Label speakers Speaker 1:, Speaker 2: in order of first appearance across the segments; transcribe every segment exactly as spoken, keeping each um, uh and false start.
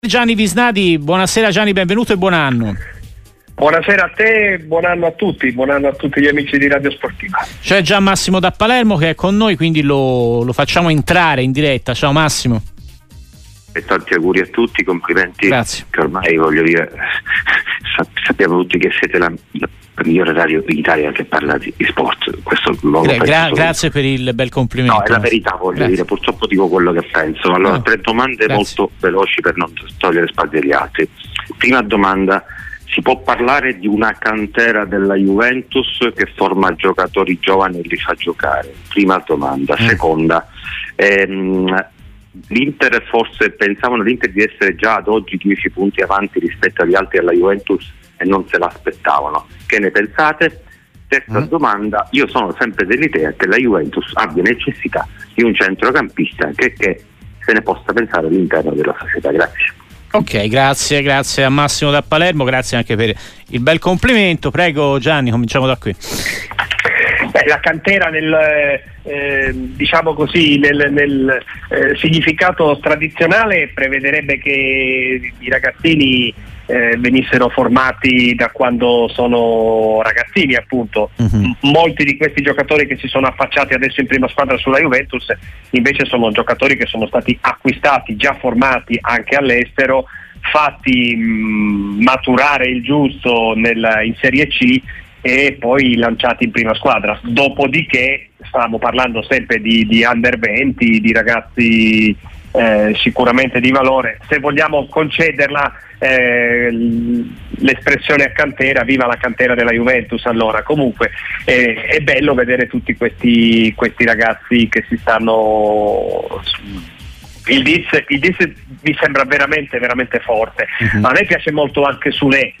Speaker 1: Gianni Visnadi, buonasera Gianni, benvenuto e buon anno.
Speaker 2: Buonasera a te, buon anno a tutti, buon anno a tutti gli amici di Radio Sportiva.
Speaker 1: C'è già Massimo da Palermo che è con noi, quindi lo, lo facciamo entrare in diretta. Ciao Massimo.
Speaker 3: E tanti auguri a tutti, complimenti.
Speaker 1: Grazie.
Speaker 3: Che ormai, voglio dire, sappiamo tutti che siete la, la migliore radio in Italia che parla di, di sport. Questo lo
Speaker 1: Gra- gra-
Speaker 3: solo.
Speaker 1: Grazie per il bel complimento.
Speaker 3: No, è la verità, voglio
Speaker 1: Grazie.
Speaker 3: dire, purtroppo dico quello che penso. Allora,
Speaker 1: No.
Speaker 3: tre domande
Speaker 1: Grazie.
Speaker 3: molto veloci per non togliere spazio agli altri. Prima domanda: si può parlare di una cantera della Juventus che forma giocatori giovani e li fa giocare? Prima domanda.
Speaker 1: Mm.
Speaker 3: Seconda, ehm, l'Inter forse pensavano l'Inter di essere già ad oggi dieci punti avanti rispetto agli altri della Juventus e non se l'aspettavano. Che ne pensate? Terza
Speaker 1: Mm.
Speaker 3: domanda: io sono sempre dell'idea che la Juventus abbia necessità di un centrocampista che, che se ne possa pensare all'interno della società. Grazie.
Speaker 1: Ok, grazie, grazie a Massimo da Palermo, grazie anche per il bel complimento. Prego Gianni, cominciamo da qui.
Speaker 2: Beh, la cantera nel eh, diciamo così nel, nel eh, significato tradizionale prevederebbe che i ragazzini eh, venissero formati da quando sono ragazzini, appunto.
Speaker 1: Mm-hmm.
Speaker 2: M- molti di questi giocatori che si sono affacciati adesso in prima squadra sulla Juventus invece sono giocatori che sono stati acquistati, già formati anche all'estero, fatti mh, maturare il giusto nel, in Serie C e poi lanciati in prima squadra. Dopodiché stavamo parlando sempre di, di under venti, di ragazzi eh, sicuramente di valore. Se vogliamo concederla eh, l'espressione a cantera, viva la cantera della Juventus. Allora comunque eh, è bello vedere tutti questi, questi ragazzi che si stanno... Il D I S, il D I S mi sembra veramente veramente forte.
Speaker 1: Uh-huh.
Speaker 2: A me piace molto anche Sule.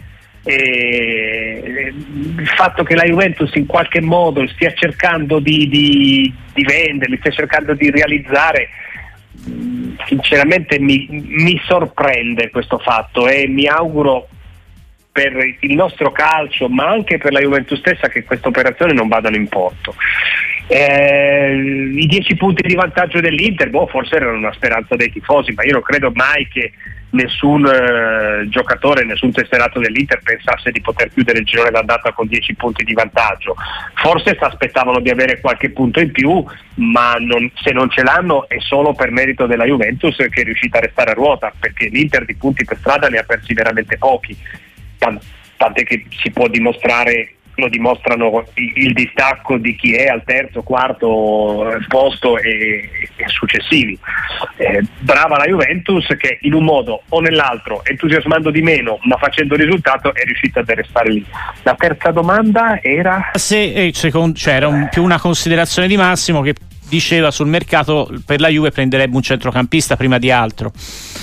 Speaker 2: E il fatto che la Juventus in qualche modo stia cercando di, di, di venderli, stia cercando di realizzare, sinceramente mi, mi sorprende questo fatto e mi auguro per il nostro calcio, ma anche per la Juventus stessa, che questa operazione non vadano in porto. Eh, i dieci punti di vantaggio dell'Inter, boh, forse erano una speranza dei tifosi, ma io non credo mai che nessun eh, giocatore, nessun tesserato dell'Inter pensasse di poter chiudere il girone d'andata con dieci punti di vantaggio. Forse si aspettavano di avere qualche punto in più, ma non, se non ce l'hanno è solo per merito della Juventus, che è riuscita a restare a ruota, perché l'Inter di punti per strada ne ha persi veramente pochi, tant'è che si può dimostrare, lo dimostrano il distacco di chi è al terzo, quarto posto e, e successivi. Eh, brava la Juventus che in un modo o nell'altro, entusiasmando di meno ma facendo risultato, è riuscita a restare lì. La terza domanda era
Speaker 1: se eh, secondo, cioè era un, più una considerazione di Massimo che diceva sul mercato per la Juve prenderebbe un centrocampista prima di altro.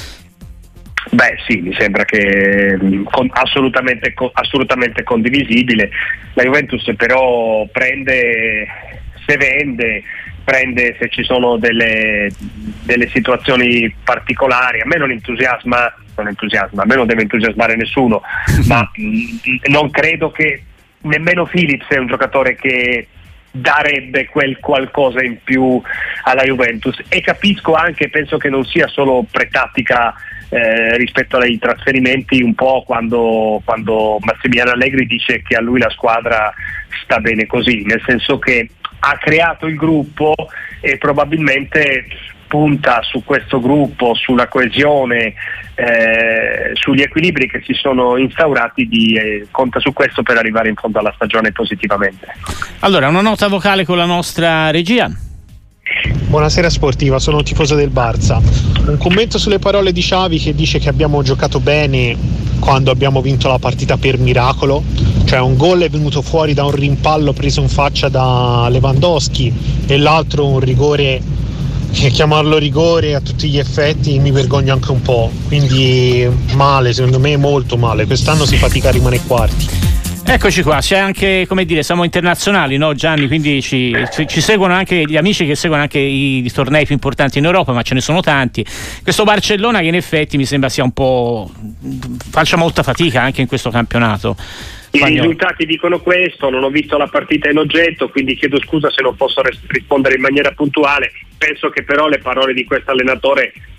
Speaker 2: Beh sì, mi sembra che con, assolutamente, con, assolutamente condivisibile. La Juventus però prende se vende, prende se ci sono delle, delle situazioni particolari. A me non entusiasma, non entusiasma, a me non deve entusiasmare nessuno, ma mh, non credo che nemmeno Phillips è un giocatore che darebbe quel qualcosa in più alla Juventus, e capisco anche, penso che non sia solo pretattica eh, rispetto ai trasferimenti, un po' quando, quando Massimiliano Allegri dice che a lui la squadra sta bene così, nel senso che ha creato il gruppo e probabilmente punta su questo gruppo, sulla coesione, eh, sugli equilibri che si sono instaurati, di, eh, conta su questo per arrivare in fondo alla stagione positivamente.
Speaker 1: Allora, una nota vocale con la nostra regia.
Speaker 4: Buonasera Sportiva, sono un tifoso del Barça. Un commento sulle parole di Xavi che dice che abbiamo giocato bene quando abbiamo vinto la partita per miracolo, cioè un gol è venuto fuori da un rimpallo preso in faccia da Lewandowski e l'altro un rigore che chiamarlo rigore a tutti gli effetti mi vergogno anche un po', quindi male, secondo me molto male. Quest'anno si fatica a rimanere quarti.
Speaker 1: Eccoci qua, c'è anche, come dire, siamo internazionali, no Gianni? Quindi ci, ci, ci seguono anche gli amici che seguono anche i, i tornei più importanti in Europa, ma ce ne sono tanti. Questo Barcellona che in effetti mi sembra sia un po', faccia molta fatica anche in questo campionato.
Speaker 2: I risultati dicono questo, non ho visto la partita in oggetto, quindi chiedo scusa se non posso res- rispondere in maniera puntuale. Penso che però le parole di questo allenatore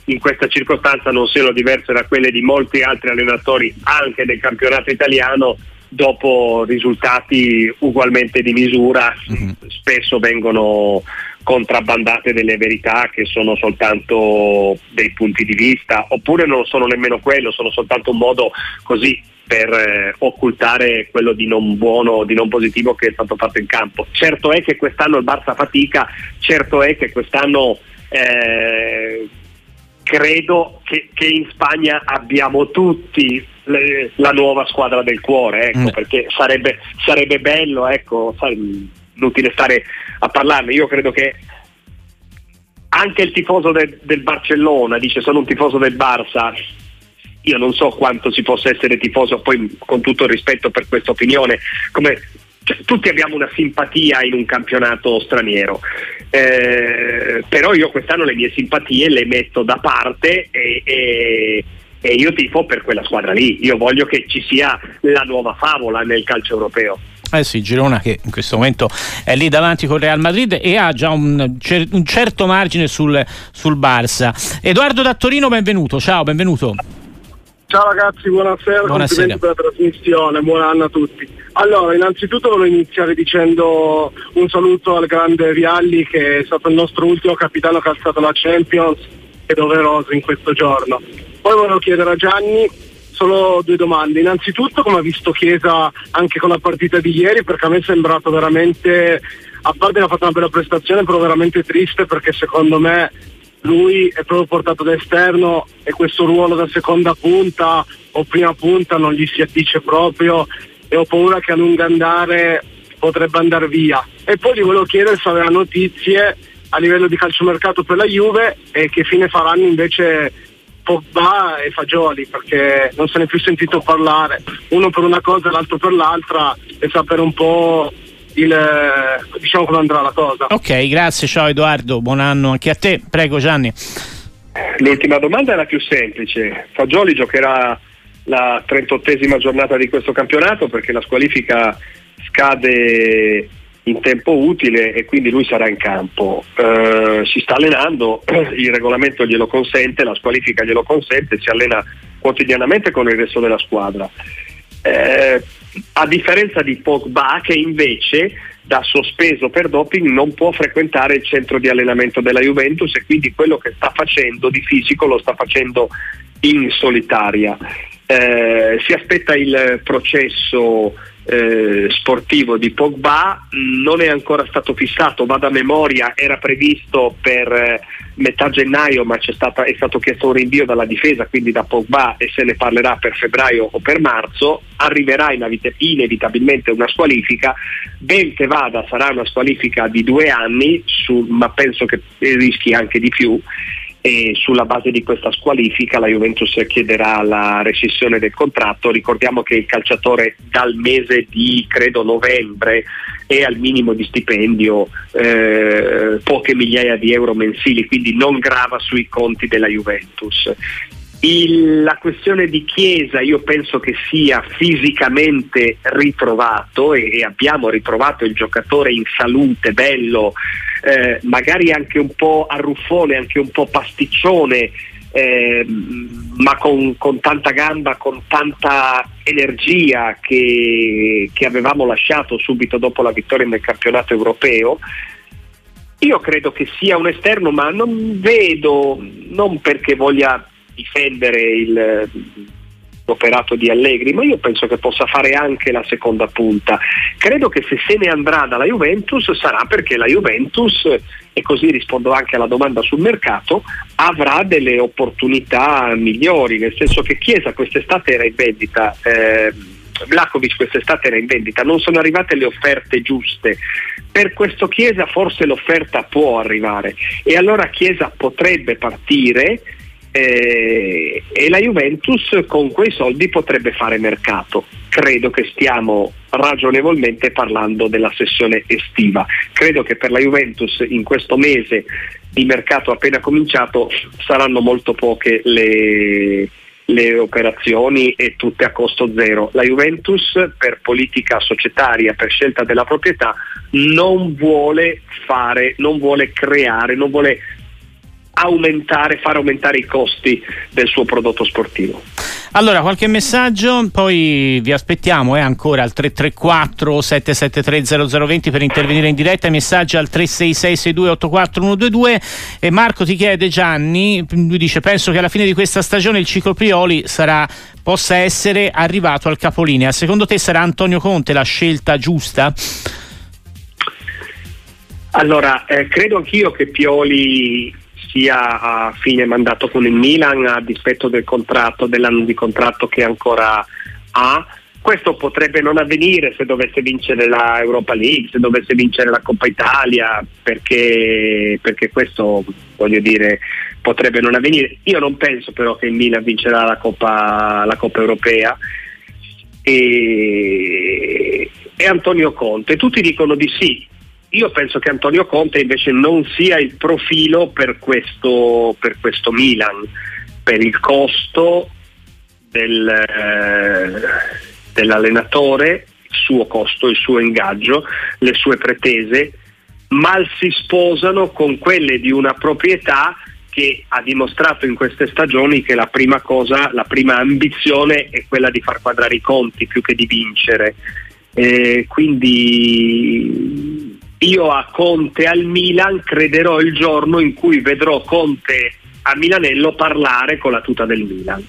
Speaker 2: in questa circostanza non siano diverse da quelle di molti altri allenatori anche del campionato italiano, dopo risultati ugualmente di misura. Mm-hmm. Spesso vengono contrabbandate delle verità che sono soltanto dei punti di vista, oppure non sono nemmeno quello, sono soltanto un modo così per eh, occultare quello di non buono, di non positivo che è stato fatto in campo. Certo è che quest'anno il Barça fatica, certo è che quest'anno eh, credo che, che in Spagna abbiamo tutti le, la nuova squadra del cuore, ecco, mm. perché sarebbe, sarebbe bello, ecco, inutile stare a parlarne. Io credo che anche il tifoso de, del Barcellona dice sono un tifoso del Barça. Io non so quanto si possa essere tifoso, poi con tutto il rispetto per questa opinione, come cioè, tutti abbiamo una simpatia in un campionato straniero, eh, però io quest'anno le mie simpatie le metto da parte e, e, e io tifo per quella squadra lì. Io voglio che ci sia la nuova favola nel calcio europeo.
Speaker 1: Eh sì, Girona che in questo momento è lì davanti con Real Madrid e ha già un, un certo margine sul, sul Barça. Edoardo da Torino, benvenuto. Ciao, benvenuto.
Speaker 5: Ciao ragazzi, buonasera,
Speaker 1: buonasera.
Speaker 5: Complimenti per la trasmissione, buon anno a tutti. Allora, innanzitutto volevo iniziare dicendo un saluto al grande Vialli, che è stato il nostro ultimo capitano che ha alzato la Champions, è doveroso in questo giorno. Poi volevo chiedere a Gianni solo due domande. Innanzitutto, come ha visto Chiesa anche con la partita di ieri, perché a me è sembrato veramente, a parte che ha fatto una bella prestazione, però veramente triste, perché secondo me lui è proprio portato da esterno e questo ruolo da seconda punta o prima punta non gli si addice proprio, e ho paura che a lungo andare potrebbe andare via. E poi gli volevo chiedere se aveva notizie a livello di calciomercato per la Juve e che fine faranno invece Pogba e Fagioli, perché non se ne è più sentito parlare, uno per una cosa e l'altro per l'altra, e sapere un po' il, diciamo come andrà la cosa.
Speaker 1: Ok, grazie, ciao Edoardo, buon anno anche a te. Prego Gianni.
Speaker 2: L'ultima domanda è la più semplice. Fagioli giocherà la trentottesima giornata di questo campionato, perché la squalifica scade in tempo utile e quindi lui sarà in campo. Uh, si sta allenando, il regolamento glielo consente, la squalifica glielo consente, si allena quotidianamente con il resto della squadra. Uh, a differenza di Pogba, che invece da sospeso per doping non può frequentare il centro di allenamento della Juventus, e quindi quello che sta facendo di fisico lo sta facendo in solitaria. Eh, si aspetta il processo eh, sportivo di Pogba, non è ancora stato fissato, vado a memoria, era previsto per eh, metà gennaio, ma c'è stata, è stato chiesto un rinvio dalla difesa, quindi da Pogba, e se ne parlerà per febbraio o per marzo. Arriverà inevit- inevitabilmente una squalifica, ben che vada sarà una squalifica di due anni, su, ma penso che rischi anche di più, e sulla base di questa squalifica la Juventus chiederà la rescissione del contratto. Ricordiamo che il calciatore dal mese di credo novembre è al minimo di stipendio, eh, poche migliaia di euro mensili, quindi non grava sui conti della Juventus. Il, la questione di Chiesa io penso che sia fisicamente ritrovato, e, e abbiamo ritrovato il giocatore in salute, bello, eh, magari anche un po' arruffone, anche un po' pasticcione, eh, ma con, con tanta gamba, con tanta energia che, che avevamo lasciato subito dopo la vittoria nel campionato europeo. Io credo che sia un esterno, ma non vedo, non perché voglia difendere il, l'operato di Allegri, ma io penso che possa fare anche la seconda punta. Credo che se se ne andrà dalla Juventus sarà perché la Juventus, e così rispondo anche alla domanda sul mercato, avrà delle opportunità migliori, nel senso che Chiesa quest'estate era in vendita, eh, Vlahovic quest'estate era in vendita, non sono arrivate le offerte giuste. Per questo Chiesa forse l'offerta può arrivare, e allora Chiesa potrebbe partire, Eh, e la Juventus con quei soldi potrebbe fare mercato. Credo che stiamo ragionevolmente parlando della sessione estiva. Credo che per la Juventus in questo mese di mercato appena cominciato saranno molto poche le, le operazioni, e tutte a costo zero. La Juventus, per politica societaria, per scelta della proprietà, non vuole fare, non vuole creare, non vuole aumentare, far aumentare i costi del suo prodotto sportivo.
Speaker 1: Allora, qualche messaggio, poi vi aspettiamo eh, ancora al tre tre quattro sette sette tre zero zero due zero per intervenire in diretta, i messaggi al tre sei sei sei due otto quattro uno due due. E Marco ti chiede, Gianni, lui dice: penso che alla fine di questa stagione il ciclo Prioli sarà possa essere arrivato al capolinea. Secondo te sarà Antonio Conte la scelta giusta?
Speaker 2: Allora, eh, credo anch'io che Pioli sia a fine mandato con il Milan, a dispetto del contratto, dell'anno di contratto che ancora ha. Questo potrebbe non avvenire se dovesse vincere la Europa League, se dovesse vincere la Coppa Italia, perché, perché questo, voglio dire, potrebbe non avvenire. Io non penso però che il Milan vincerà la Coppa, la Coppa Europea. E, e Antonio Conte, tutti dicono di sì. Io penso che Antonio Conte invece non sia il profilo per questo, per questo Milan, per il costo del, eh, dell'allenatore, il suo costo, il suo ingaggio, le sue pretese, mal si sposano con quelle di una proprietà che ha dimostrato in queste stagioni che la prima cosa, la prima ambizione è quella di far quadrare i conti più che di vincere. Eh, quindi io a Conte al Milan crederò il giorno in cui vedrò Conte a Milanello parlare con la tuta del Milan.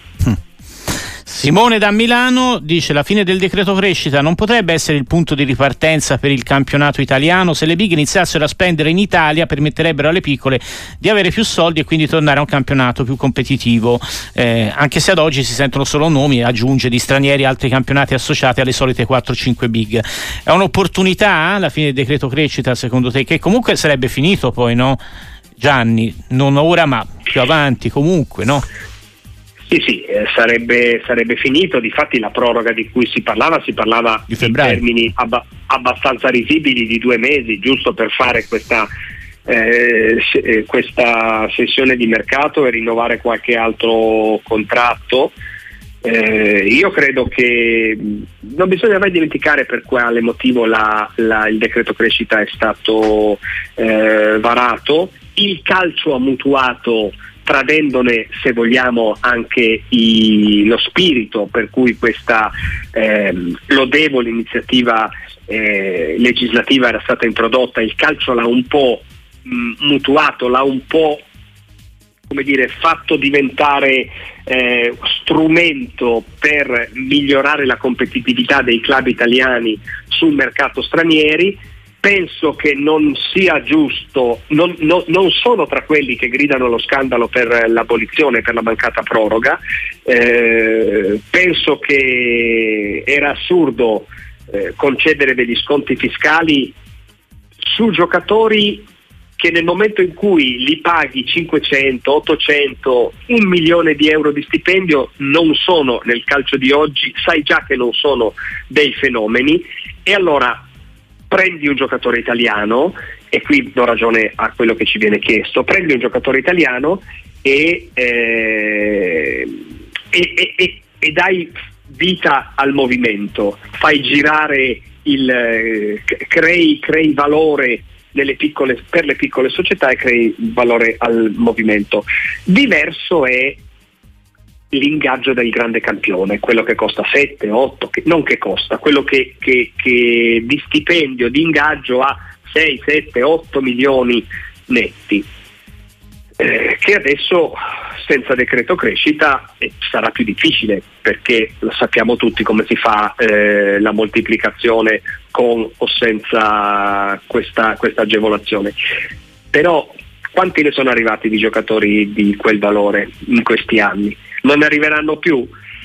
Speaker 1: Simone da Milano dice: la fine del decreto crescita non potrebbe essere il punto di ripartenza per il campionato italiano. Se le big iniziassero a spendere in Italia permetterebbero alle piccole di avere più soldi e quindi tornare a un campionato più competitivo, eh, anche se ad oggi si sentono solo nomi, aggiunge, di stranieri, altri campionati associati alle solite quattro cinque big. È un'opportunità la fine del decreto crescita, secondo te, che comunque sarebbe finito poi, no Gianni? Non ora ma più avanti comunque, no?
Speaker 2: Sì, sì, eh, sarebbe, sarebbe finito. Difatti la proroga di cui si parlava, si parlava
Speaker 1: di
Speaker 2: in termini abba- abbastanza risibili di due mesi, giusto per fare questa, eh, se- questa sessione di mercato e rinnovare qualche altro contratto. Eh, io credo che non bisogna mai dimenticare per quale motivo la, la, il decreto crescita è stato eh, varato. Il calcio ha mutuato, tradendone, se vogliamo, anche i, lo spirito per cui questa eh, lodevole iniziativa eh, legislativa era stata introdotta. Il calcio l'ha un po' mh, mutuato, l'ha un po', come dire, fatto diventare eh, strumento per migliorare la competitività dei club italiani sul mercato stranieri. Penso che non sia giusto, non, non, non sono tra quelli che gridano lo scandalo per l'abolizione, per la mancata proroga. Eh, penso che era assurdo eh, concedere degli sconti fiscali su giocatori che nel momento in cui li paghi cinquecento, ottocento, un milione di euro di stipendio non sono, nel calcio di oggi, sai già che non sono dei fenomeni. E allora prendi un giocatore italiano, e qui do ragione a quello che ci viene chiesto, prendi un giocatore italiano e, eh, e, e, e, e dai vita al movimento, fai girare il eh, crei, crei valore nelle piccole, per le piccole società, e crei valore al movimento. Diverso è l'ingaggio del grande campione, quello che costa sette, otto, che, non che costa, quello che, che, che di stipendio, di ingaggio ha sei, sette, otto milioni netti, eh, che adesso senza decreto crescita eh, sarà più difficile, perché lo sappiamo tutti come si fa eh, la moltiplicazione con o senza questa, questa agevolazione. Però quanti ne sono arrivati di giocatori di quel valore in questi anni? Non ne arriveranno più.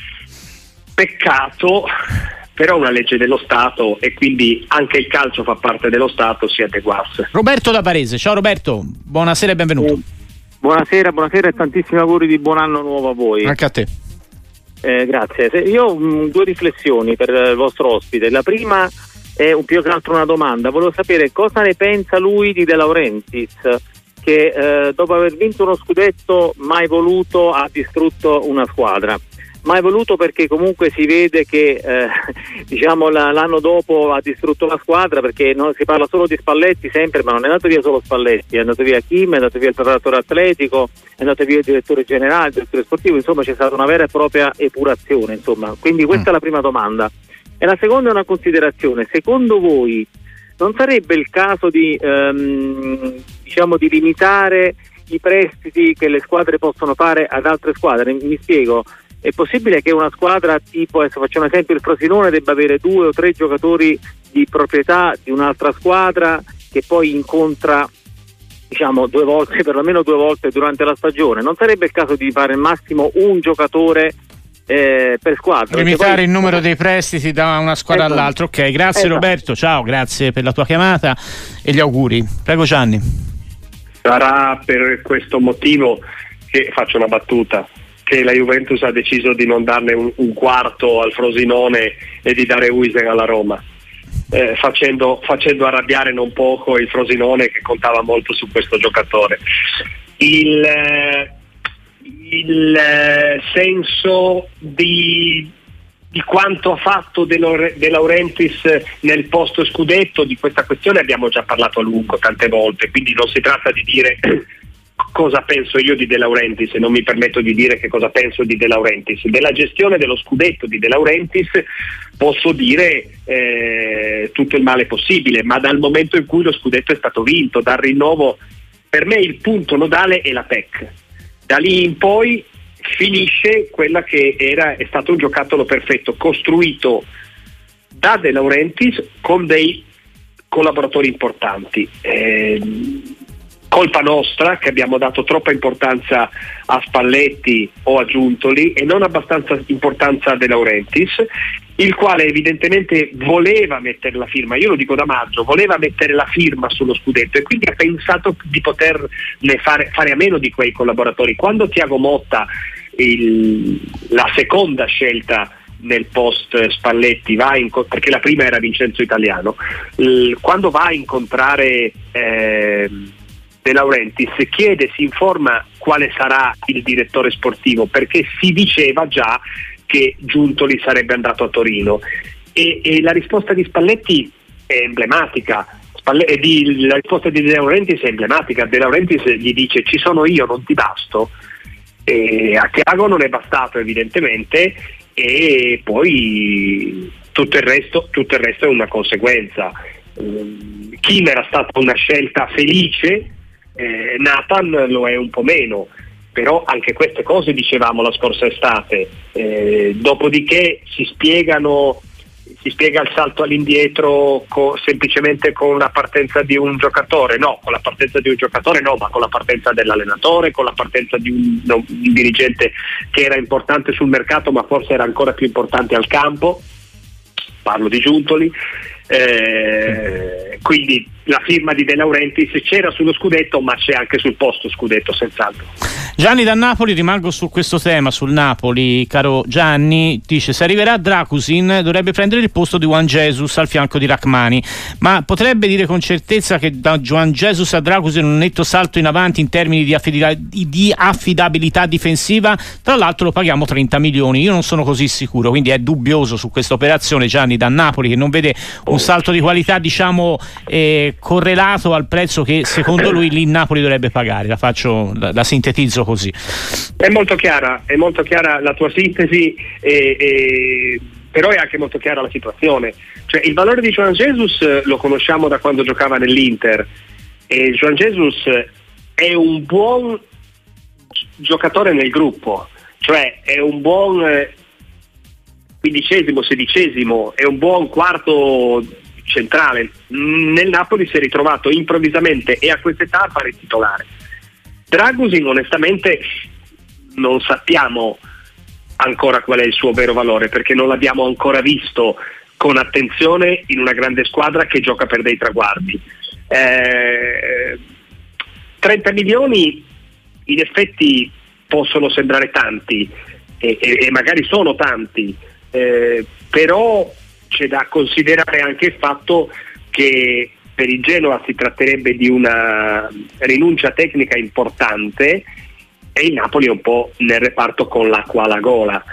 Speaker 2: Peccato, però una legge dello Stato, e quindi anche il calcio fa parte dello Stato, si adeguasse.
Speaker 1: Roberto da Varese, ciao Roberto, buonasera e benvenuto.
Speaker 6: Buonasera, buonasera e tantissimi auguri di buon anno nuovo a voi.
Speaker 1: Anche a te.
Speaker 6: Eh, grazie. Io ho mh, due riflessioni per il vostro ospite. La prima è un più che altro una domanda. Volevo sapere cosa ne pensa lui di De Laurentiis, che eh, dopo aver vinto uno scudetto mai voluto ha distrutto una squadra. mai voluto perché comunque si vede che eh, diciamo la, l'anno dopo ha distrutto la squadra, perché non si parla solo di Spalletti sempre, ma non è andato via solo Spalletti, è andato via Kim, è andato via il preparatore atletico, è andato via il direttore generale, il direttore sportivo, insomma c'è stata una vera e propria epurazione, insomma. Quindi questa mm. è la prima domanda. E la seconda è una considerazione: secondo voi non sarebbe il caso di ehm, diciamo di limitare i prestiti che le squadre possono fare ad altre squadre? Mi spiego: è possibile che una squadra tipo, adesso facciamo esempio il Frosinone, debba avere due o tre giocatori di proprietà di un'altra squadra che poi incontra diciamo due volte, perlomeno due volte durante la stagione? Non sarebbe il caso di fare al massimo un giocatore Eh, per squadra,
Speaker 1: limitare
Speaker 6: poi...
Speaker 1: il numero dei prestiti da una squadra esatto. all'altra? Ok, grazie esatto. Roberto, ciao, grazie per la tua chiamata e gli auguri. Prego Gianni.
Speaker 2: Sarà per questo motivo che faccio una battuta, che la Juventus ha deciso di non darne un, un quarto al Frosinone e di dare Huijsen alla Roma, eh, facendo, facendo arrabbiare non poco il Frosinone, che contava molto su questo giocatore. Il eh, il eh, senso di, di quanto ha fatto De, Laure, De Laurentiis nel post scudetto, di questa questione abbiamo già parlato a lungo tante volte, quindi non si tratta di dire cosa penso io di De Laurentiis, e non mi permetto di dire che cosa penso di De Laurentiis. Della gestione dello scudetto di De Laurentiis posso dire eh, tutto il male possibile, ma dal momento in cui lo scudetto è stato vinto, dal rinnovo, per me il punto nodale è la P E C. Da lì in poi finisce quella che era è stato un giocattolo perfetto, costruito da De Laurentiis con dei collaboratori importanti. Eh, colpa nostra che abbiamo dato troppa importanza a Spalletti o a Giuntoli e non abbastanza importanza a De Laurentiis, il quale evidentemente voleva mettere la firma, io lo dico da maggio, voleva mettere la firma sullo scudetto e quindi ha pensato di poterne fare, fare a meno di quei collaboratori. Quando Thiago Motta, il, la seconda scelta nel post Spalletti, va in, perché la prima era Vincenzo Italiano, l, quando va a incontrare eh, De Laurentiis, chiede, si informa quale sarà il direttore sportivo, perché si diceva già che Giuntoli sarebbe andato a Torino e, e la risposta di Spalletti è emblematica. Spalle- e di, la risposta di De Laurentiis è emblematica. De Laurentiis gli dice: ci sono io, non ti basto? E a Thiago non è bastato evidentemente, e poi tutto il resto, tutto il resto è una conseguenza. Um, Kim era stata una scelta felice, eh, Nathan lo è un po' meno, però anche queste cose dicevamo la scorsa estate. Eh, dopodiché si spiegano, si spiega il salto all'indietro co- semplicemente con la partenza di un giocatore? No, con la partenza di un giocatore no, ma con la partenza dell'allenatore, con la partenza di un, no, un dirigente che era importante sul mercato ma forse era ancora più importante al campo, parlo di Giuntoli. Eh, quindi la firma di De Laurentiis c'era sullo scudetto, ma c'è anche sul posto scudetto, senz'altro.
Speaker 1: Gianni da Napoli, rimango su questo tema, sul Napoli, caro Gianni, dice: se arriverà Drakusin dovrebbe prendere il posto di Juan Jesus al fianco di Rachmani, ma potrebbe dire con certezza che da Juan Jesus a Drakusin un netto salto in avanti in termini di, affidabilità, di affidabilità difensiva? Tra l'altro lo paghiamo trenta milioni, io non sono così sicuro, quindi è dubbioso su questa operazione Gianni da Napoli, che non vede un salto di qualità diciamo eh, correlato al prezzo che secondo lui lì Napoli dovrebbe pagare. La faccio, la, la sintetizzo così.
Speaker 2: È molto chiara, è molto chiara la tua sintesi, e, e, però è anche molto chiara la situazione. Cioè, il valore di Juan Jesus lo conosciamo da quando giocava nell'Inter, e Juan Jesus è un buon giocatore nel gruppo, cioè è un buon eh, quindicesimo, sedicesimo, è un buon quarto centrale. Nel Napoli si è ritrovato improvvisamente e a quest'età a fare titolare. Dragusin onestamente non sappiamo ancora qual è il suo vero valore, perché non l'abbiamo ancora visto con attenzione in una grande squadra che gioca per dei traguardi. eh, trenta milioni in effetti possono sembrare tanti e, e, e magari sono tanti, eh, però c'è da considerare anche il fatto che per il Genoa si tratterebbe di una rinuncia tecnica importante e il Napoli è un po' nel reparto con l'acqua alla gola.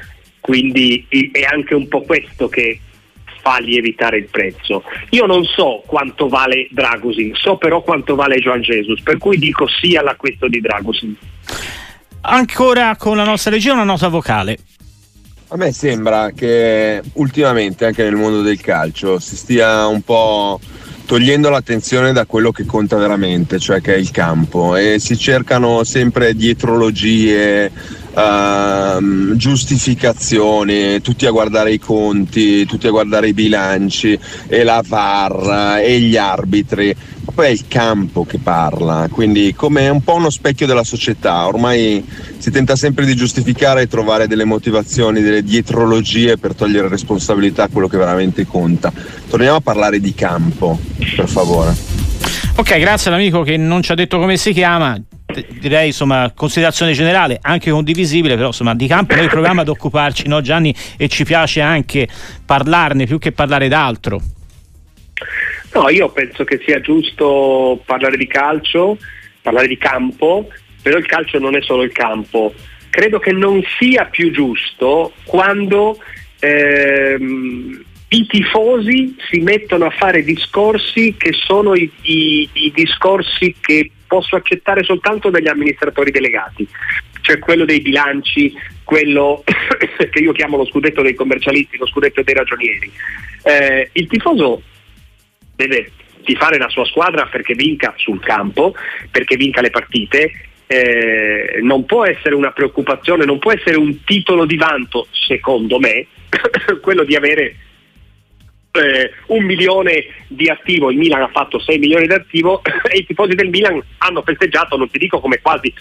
Speaker 2: quindi è anche un po' questo che fa lievitare il prezzo. Io non so quanto vale Dragusin, so però quanto vale João Jesus, per cui dico sì all'acquisto di Dragusin.
Speaker 1: Ancora con la nostra regia una nota vocale.
Speaker 7: A me sembra che ultimamente anche nel mondo del calcio si stia un po' togliendo l'attenzione da quello che conta veramente, cioè che è il campo, e si cercano sempre dietrologie, uh, giustificazioni, tutti a guardare i conti, tutti a guardare i bilanci e la V A R e gli arbitri. Poi è il campo che parla, quindi come un po' uno specchio della società, ormai si tenta sempre di giustificare e trovare delle motivazioni, delle dietrologie per togliere responsabilità a quello che veramente conta. Torniamo a parlare di campo, per favore.
Speaker 1: Ok, grazie all'amico che non ci ha detto come si chiama. Direi, insomma, considerazione generale, anche condivisibile, però insomma di campo noi proviamo ad occuparci, no Gianni? E ci piace anche parlarne più che parlare d'altro.
Speaker 2: No, io penso che sia giusto parlare di calcio, parlare di campo, però il calcio non è solo il campo. Credo che non sia più giusto quando ehm, i tifosi si mettono a fare discorsi che sono i, i, i discorsi che posso accettare soltanto dagli amministratori delegati, cioè quello dei bilanci, quello che io chiamo lo scudetto dei commercialisti, lo scudetto dei ragionieri. Eh, il tifoso deve tifare la sua squadra perché vinca sul campo, perché vinca le partite. Eh, non può essere una preoccupazione, non può essere un titolo di vanto, secondo me, quello di avere eh, un milione di attivo. Il Milan ha fatto sei milioni di attivo e i tifosi del Milan hanno festeggiato, non ti dico come quasi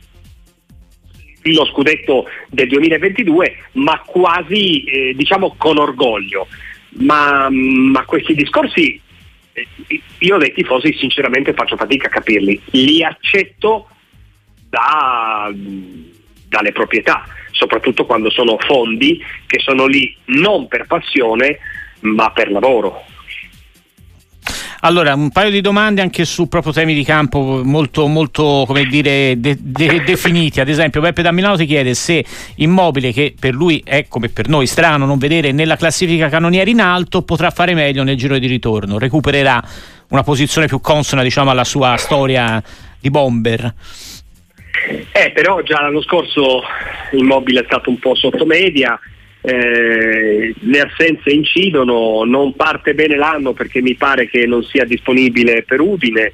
Speaker 2: lo scudetto del duemilaventidue, ma quasi eh, diciamo con orgoglio. Ma, ma questi discorsi io dei tifosi sinceramente faccio fatica a capirli, li accetto da, dalle proprietà, soprattutto quando sono fondi che sono lì non per passione ma per lavoro.
Speaker 1: Allora, un paio di domande anche su proprio temi di campo molto, molto come dire, de- de- definiti. Ad esempio, Beppe da Milano ti chiede se Immobile, che per lui è come per noi strano non vedere nella classifica cannonieri in alto, potrà fare meglio nel giro di ritorno, recupererà una posizione più consona, diciamo, alla sua storia di bomber.
Speaker 2: Eh, però già l'anno scorso Immobile è stato un po' sotto media. Eh, le assenze incidono, non parte bene l'anno perché mi pare che non sia disponibile per Udine,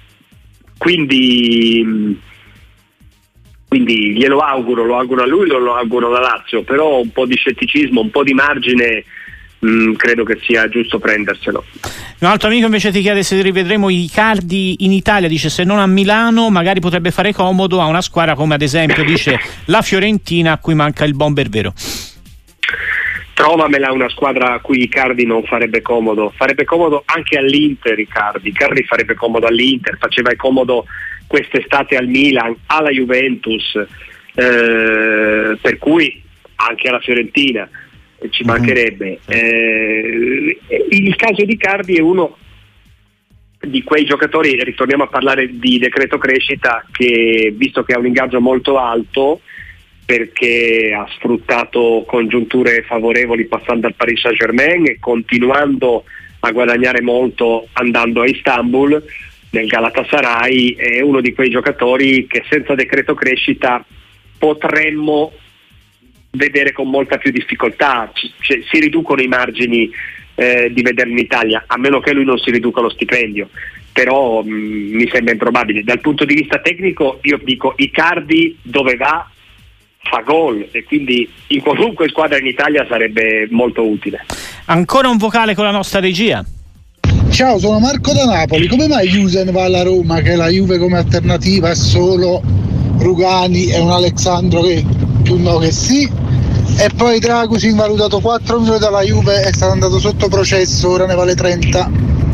Speaker 2: quindi quindi glielo auguro, lo auguro a lui, lo, lo auguro alla Lazio, però un po' di scetticismo, un po' di margine mh, credo che sia giusto prenderselo.
Speaker 1: Un altro amico invece ti chiede se rivedremo Icardi in Italia, dice se non a Milano magari potrebbe fare comodo a una squadra come ad esempio dice la Fiorentina, a cui manca il bomber vero.
Speaker 2: Trovamela una squadra a cui Icardi non farebbe comodo, farebbe comodo anche all'Inter. Icardi, Icardi farebbe comodo all'Inter, faceva comodo quest'estate al Milan, alla Juventus, eh, per cui anche alla Fiorentina ci mancherebbe. Eh, il caso di Icardi è uno di quei giocatori, ritorniamo a parlare di decreto crescita, che visto che ha un ingaggio molto alto perché ha sfruttato congiunture favorevoli passando al Paris Saint-Germain e continuando a guadagnare molto andando a Istanbul nel Galatasaray, è uno di quei giocatori che senza decreto crescita potremmo vedere con molta più difficoltà, cioè, si riducono i margini eh, di vederlo in Italia, a meno che lui non si riduca lo stipendio, però mh, mi sembra improbabile. Dal punto di vista tecnico io dico Icardi dove va fa gol e quindi in qualunque squadra in Italia sarebbe molto utile.
Speaker 1: Ancora un vocale con la nostra regia.
Speaker 8: Ciao, sono Marco da Napoli. Come mai Jusen va alla Roma, che la Juve come alternativa è solo Rugani e un Alexandro che più no che sì, e poi Dragusin valutato quattro milioni dalla Juve è stato andato sotto processo, ora ne vale trenta.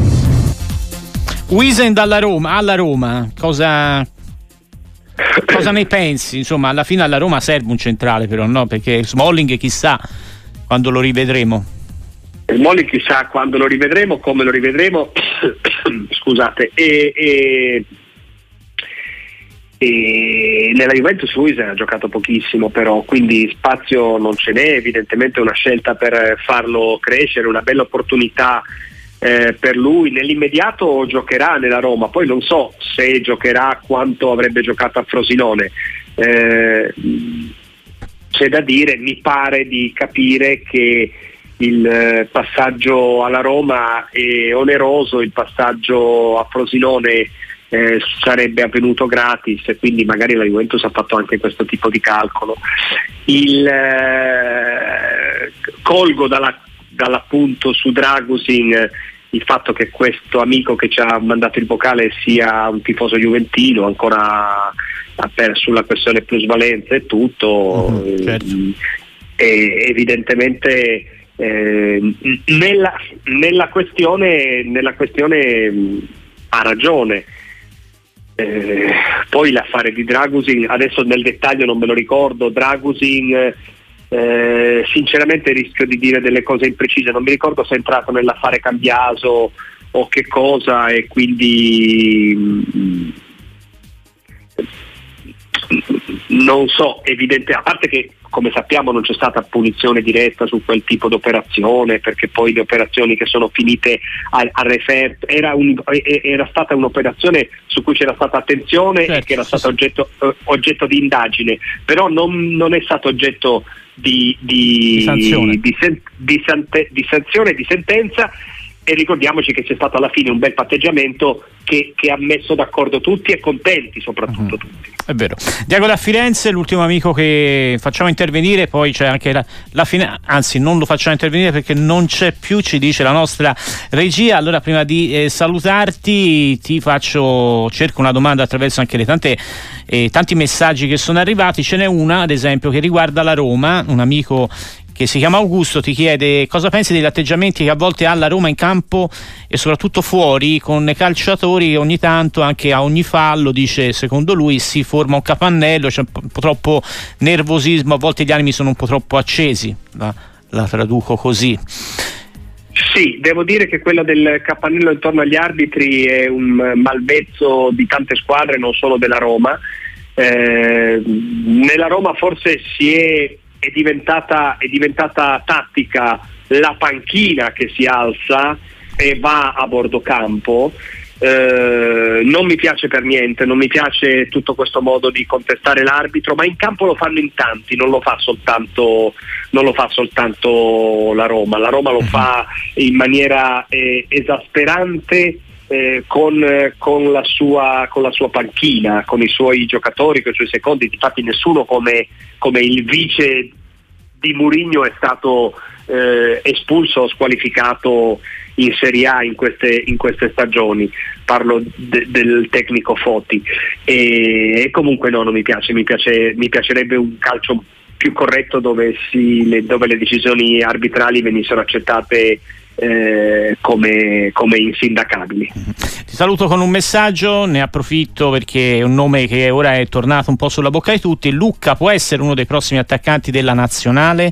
Speaker 1: Jusen dalla Roma, alla Roma, cosa cosa ne pensi? Insomma, alla fine alla Roma serve un centrale, però no, perché Smalling chissà quando lo rivedremo.
Speaker 2: Smalling chissà quando lo rivedremo, come lo rivedremo. Scusate. E, e e nella Juventus lui si era giocato pochissimo, però quindi spazio non ce n'è, evidentemente è una scelta per farlo crescere, una bella opportunità eh, per lui. Nell'immediato giocherà nella Roma, poi non so se giocherà quanto avrebbe giocato a Frosinone. eh, c'è da dire, mi pare di capire che il passaggio alla Roma è oneroso, il passaggio a Frosinone Eh, sarebbe avvenuto gratis, e quindi magari la Juventus ha fatto anche questo tipo di calcolo. Il, eh, colgo dalla, dall'appunto su Dragusin eh, il fatto che questo amico che ci ha mandato il vocale sia un tifoso juventino, ancora per, sulla questione plusvalenza e tutto.
Speaker 1: Mm-hmm, certo.
Speaker 2: E evidentemente eh, nella, nella questione nella questione mh, ha ragione. Eh, poi l'affare di Dragusin, adesso nel dettaglio non me lo ricordo. Dragusin eh, sinceramente rischio di dire delle cose imprecise, non mi ricordo se è entrato nell'affare Cambiaso o che cosa, e quindi mh, non so, evidente, a parte che come sappiamo non c'è stata punizione diretta su quel tipo di operazione, perché poi le operazioni che sono finite a, a referto era, un, era stata un'operazione su cui c'era stata attenzione, certo, e che era stata oggetto, oggetto di indagine, però non, non è stato oggetto di, di, di sanzione, di, sen, di, sante, di sanzione, di sentenza. E ricordiamoci che c'è stato alla fine un bel patteggiamento che, che ha messo d'accordo tutti e contenti soprattutto uh-huh. tutti.
Speaker 1: È vero. Diago da Firenze, l'ultimo amico che facciamo intervenire, poi c'è anche la, la fine, anzi non lo facciamo intervenire perché non c'è più, ci dice la nostra regia. Allora prima di eh, salutarti ti faccio, cerco una domanda attraverso anche le tante eh, tanti messaggi che sono arrivati. Ce n'è una ad esempio che riguarda la Roma, un amico che si chiama Augusto ti chiede cosa pensi degli atteggiamenti che a volte ha la Roma in campo e soprattutto fuori con calciatori che ogni tanto, anche a ogni fallo, dice secondo lui si forma un capannello, c'è un po' troppo nervosismo, a volte gli animi sono un po' troppo accesi, la, la traduco così.
Speaker 2: Sì, devo dire che quello del capannello intorno agli arbitri è un malvezzo di tante squadre, non solo della Roma. Eh, nella Roma forse si è È diventata, è diventata tattica la panchina che si alza e va a bordo campo. Eh, non mi piace per niente, non mi piace tutto questo modo di contestare l'arbitro, ma in campo lo fanno in tanti, non lo fa soltanto, non lo fa soltanto la Roma. La Roma lo fa in maniera eh, esasperante. Eh, con, eh, con, la sua, con la sua panchina, con i suoi giocatori, con i suoi secondi. Infatti nessuno come, come il vice di Mourinho è stato eh, espulso o squalificato in Serie A in queste, in queste stagioni. Parlo de, del tecnico Foti e, e comunque no, non mi piace, mi piace mi piacerebbe un calcio più corretto dove, si, le, dove le decisioni arbitrali venissero accettate Eh, come, come insindacabili.
Speaker 1: Ti saluto con un messaggio, ne approfitto perché è un nome che ora è tornato un po' sulla bocca di tutti. Lucca può essere uno dei prossimi attaccanti della nazionale?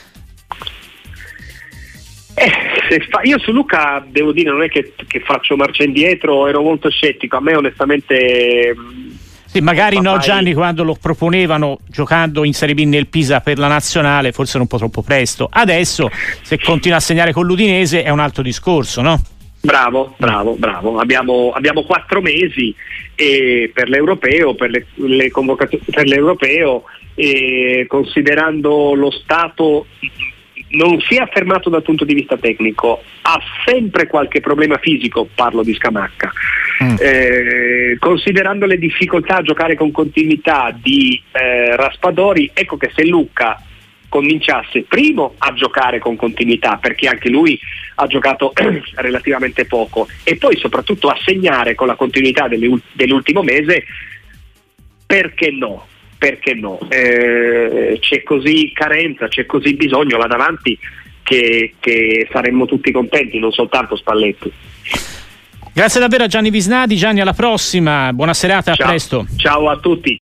Speaker 2: Eh, se fa, io su Lucca devo dire non è che, che faccio marcia indietro, ero molto scettico, a me onestamente
Speaker 1: sì, magari no,
Speaker 2: mai...
Speaker 1: Gianni, quando lo proponevano giocando in Serie B nel Pisa per la nazionale forse era un po' troppo presto. Adesso se continua a segnare con l'Udinese è un altro discorso, no?
Speaker 2: Bravo, bravo, bravo. Abbiamo, abbiamo quattro mesi e per l'europeo, per le, le convocazioni per l'europeo, e considerando lo stato, non si è affermato dal punto di vista tecnico, ha sempre qualche problema fisico, parlo di Scamacca. Mm. Eh, considerando le difficoltà a giocare con continuità di eh, Raspadori, ecco che se Lucca cominciasse primo a giocare con continuità, perché anche lui ha giocato relativamente poco, e poi soprattutto a segnare con la continuità dell'ultimo mese, perché no? Perché no? Eh, c'è così carenza, c'è così bisogno là davanti che, che saremmo tutti contenti, non soltanto Spalletti.
Speaker 1: Grazie davvero a Gianni Visnadi. Gianni, alla prossima, buona serata,
Speaker 2: Ciao.
Speaker 1: A presto.
Speaker 2: Ciao a tutti.